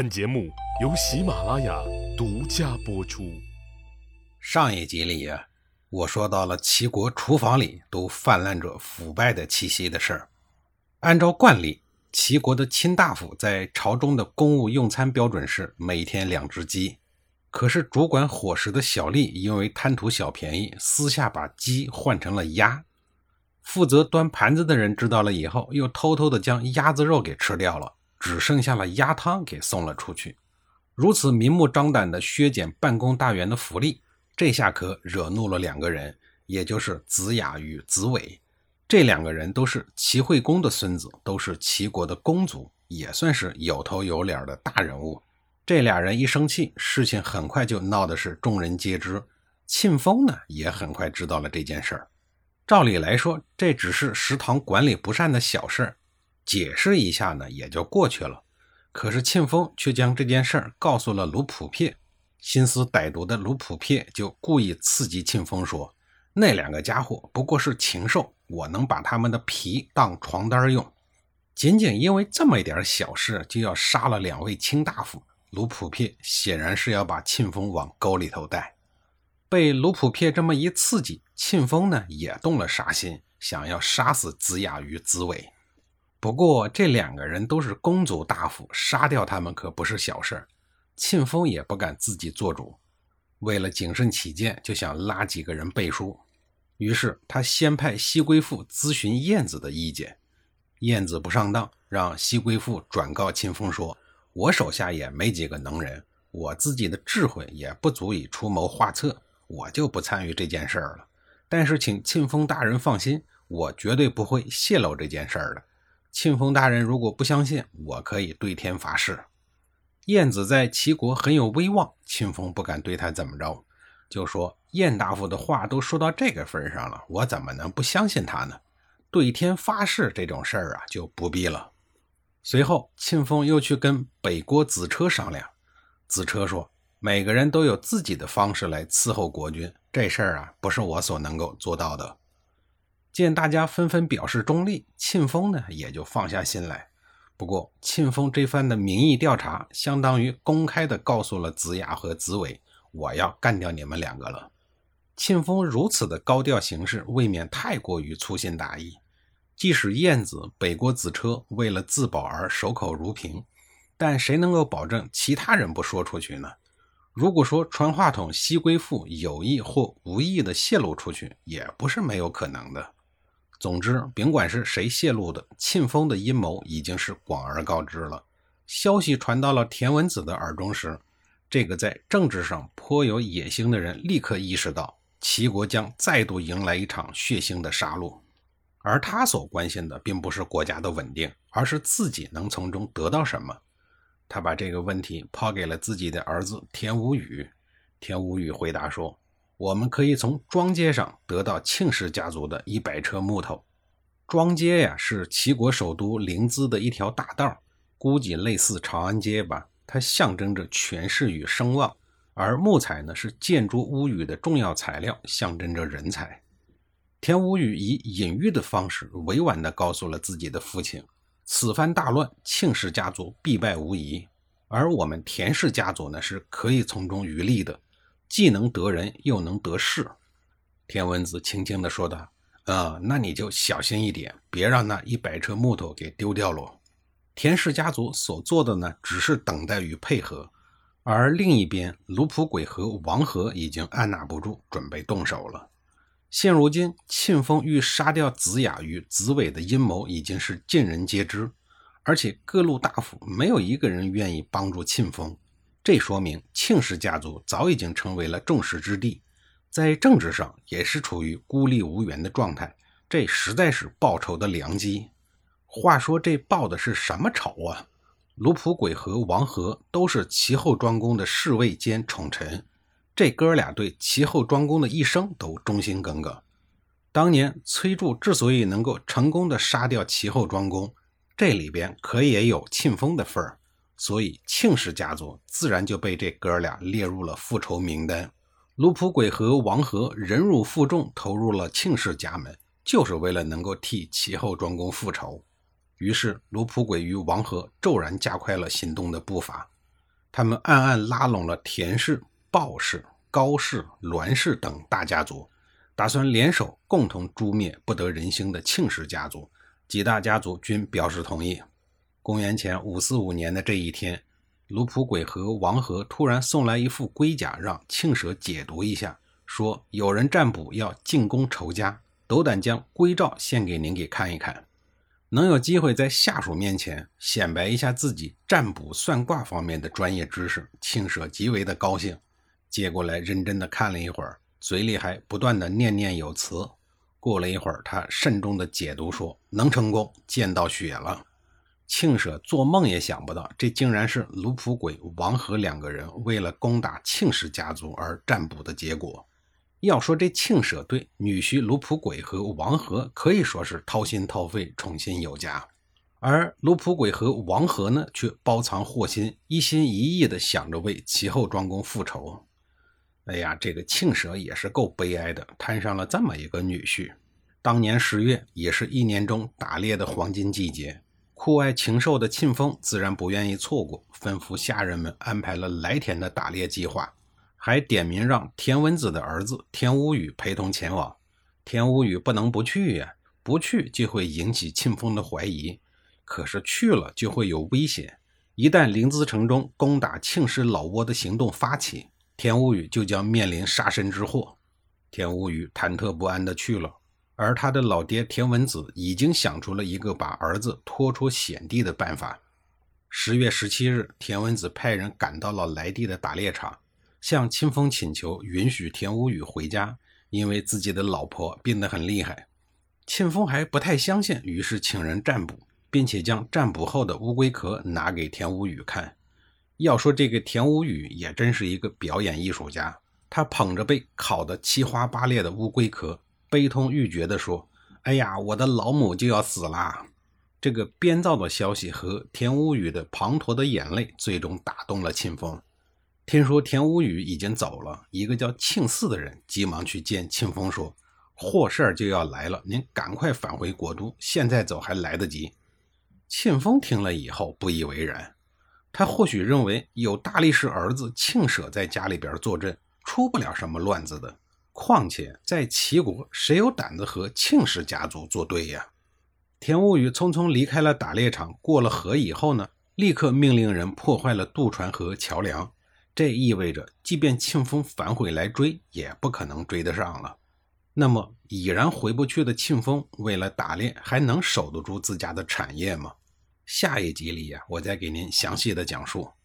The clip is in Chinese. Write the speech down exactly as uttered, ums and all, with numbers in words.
本节目由喜马拉雅独家播出。 上一集里啊，我说到了齐国厨房里都泛滥着腐败的气息的事儿。按照惯例，齐国的卿大夫在朝中的公务用餐标准是每天两只鸡。可是主管伙食的小吏因为贪图小便宜，私下把鸡换成了鸭。负责端盘子的人知道了以后，又偷偷的将鸭子肉给吃掉了，只剩下了鸭汤给送了出去。如此明目张胆的削减办公大员的福利，这下可惹怒了两个人，也就是子雅与子伟。这两个人都是齐惠公的孙子，都是齐国的公族，也算是有头有脸的大人物。这俩人一生气，事情很快就闹的是众人皆知。庆丰呢，也很快知道了这件事儿。照理来说，这只是食堂管理不善的小事，解释一下呢也就过去了。可是庆丰却将这件事儿告诉了卢普撇。心思歹毒的卢普撇就故意刺激庆丰说，那两个家伙不过是禽兽，我能把他们的皮当床单用。仅仅因为这么一点小事就要杀了两位卿大夫，卢普撇显然是要把庆丰往沟里头带。被卢普撇这么一刺激，庆丰呢也动了杀心，想要杀死子雅与子伟。不过这两个人都是公族大夫，杀掉他们可不是小事，庆丰也不敢自己做主。为了谨慎起见，就想拉几个人背书。于是他先派西归父咨询晏子的意见。晏子不上当，让西归父转告庆丰说，我手下也没几个能人，我自己的智慧也不足以出谋划策，我就不参与这件事儿了。但是请庆丰大人放心，我绝对不会泄露这件事儿的。庆丰大人如果不相信，我可以对天发誓。晏子在齐国很有威望，庆丰不敢对他怎么着，就说晏大夫的话都说到这个份上了，我怎么能不相信他呢？对天发誓这种事儿啊，就不必了。随后庆丰又去跟北国子车商量。子车说，每个人都有自己的方式来伺候国君，这事儿啊不是我所能够做到的。见大家纷纷表示中立，庆丰呢也就放下心来。不过庆丰这番的民意调查相当于公开的告诉了子雅和子伟，我要干掉你们两个了。庆丰如此的高调行事，未免太过于粗心大意。即使晏子、北国子车为了自保而守口如瓶，但谁能够保证其他人不说出去呢？如果说传话筒西归父有意或无意的泄露出去，也不是没有可能的。总之，甭管是谁泄露的，庆丰的阴谋已经是广而告之了。消息传到了田文子的耳中时，这个在政治上颇有野心的人立刻意识到，齐国将再度迎来一场血腥的杀戮。而他所关心的并不是国家的稳定，而是自己能从中得到什么。他把这个问题抛给了自己的儿子田无宇。田无宇回答说，我们可以从庄街上得到庆氏家族的一百车木头。庄街呀，是齐国首都临淄的一条大道，估计类似长安街吧，它象征着权势与声望。而木材呢，是建筑屋宇的重要材料，象征着人才。田无宇以隐喻的方式委婉地告诉了自己的父亲，此番大乱，庆氏家族必败无疑，而我们田氏家族呢，是可以从中渔利的，既能得人又能得势。田文子轻轻地说道，啊、嗯，那你就小心一点，别让那一百车木头给丢掉了。田氏家族所做的呢，只是等待与配合，而另一边卢普轨和王和已经按捺不住，准备动手了。现如今庆丰欲杀掉子雅与子伟的阴谋已经是尽人皆知，而且各路大夫没有一个人愿意帮助庆丰，这说明庆氏家族早已经成为了众矢之的，在政治上也是处于孤立无援的状态，这实在是报仇的良机。话说这报的是什么仇啊？卢普轨和王和都是齐后庄公的侍卫兼宠臣，这哥俩对齐后庄公的一生都忠心耿耿。当年崔杼之所以能够成功的杀掉齐后庄公，这里边可也有庆丰的份儿，所以庆氏家族自然就被这哥俩列入了复仇名单。卢普轨和王和忍辱负重投入了庆氏家门，就是为了能够替齐后庄公复仇。于是卢普轨与王和骤然加快了行动的步伐。 他们暗暗拉拢了田氏、鲍氏、高氏、栾氏等大家族，打算联手共同诛灭不得人心的庆氏家族。几大家族均表示同意。公元前五四五年的这一天，卢普轨和王和突然送来一副龟甲，让庆舍解读一下，说有人占卜要进攻仇家，斗胆将龟诏献给您给看一看。能有机会在下属面前显摆一下自己占卜算卦方面的专业知识，庆舍极为的高兴，接过来认真的看了一会儿，嘴里还不断的念念有词。过了一会儿，他慎重的解读说能成功，见到血了。庆舍做梦也想不到，这竟然是卢普轨、王和两个人为了攻打庆氏家族而占卜的结果。要说这庆舍对女婿卢普轨和王和可以说是掏心掏肺，宠心有加，而卢普轨和王和呢，却包藏祸心，一心一意的想着为齐后庄公复仇。哎呀，这个庆舍也是够悲哀的，摊上了这么一个女婿。当年十月也是一年中打猎的黄金季节，酷爱禽兽的庆丰自然不愿意错过，吩咐下人们安排了来田的打猎计划，还点名让田文子的儿子田无宇陪同前往。田无宇不能不去呀，不去就会引起庆丰的怀疑，可是去了就会有危险，一旦临淄城中攻打庆氏老窝的行动发起，田无宇就将面临杀身之祸。田无宇忐忑不安地去了，而他的老爹田文子已经想出了一个把儿子拖出险地的办法。十月十七日，田文子派人赶到了来地的打猎场，向庆丰请求允许田无宇回家，因为自己的老婆病得很厉害。庆丰还不太相信，于是请人占卜，并且将占卜后的乌龟壳拿给田无宇看。要说这个田无宇也真是一个表演艺术家，他捧着被烤得七花八裂的乌龟壳，悲痛欲绝地说：哎呀，我的老母就要死啦！这个编造的消息和田无宇的滂沱的眼泪最终打动了庆丰。听说田无宇已经走了，一个叫庆四的人急忙去见庆丰说：祸事就要来了，您赶快返回国都，现在走还来得及。庆丰听了以后不以为然，他或许认为有大力士儿子庆舍在家里边坐镇，出不了什么乱子的，况且在齐国谁有胆子和庆氏家族作对呀？田无宇匆匆离开了打猎场，过了河以后呢，立刻命令人破坏了渡船和桥梁，这意味着即便庆丰反悔来追，也不可能追得上了。那么已然回不去的庆丰，为了打猎还能守得住自家的产业吗？下一集里呀、啊，我再给您详细的讲述。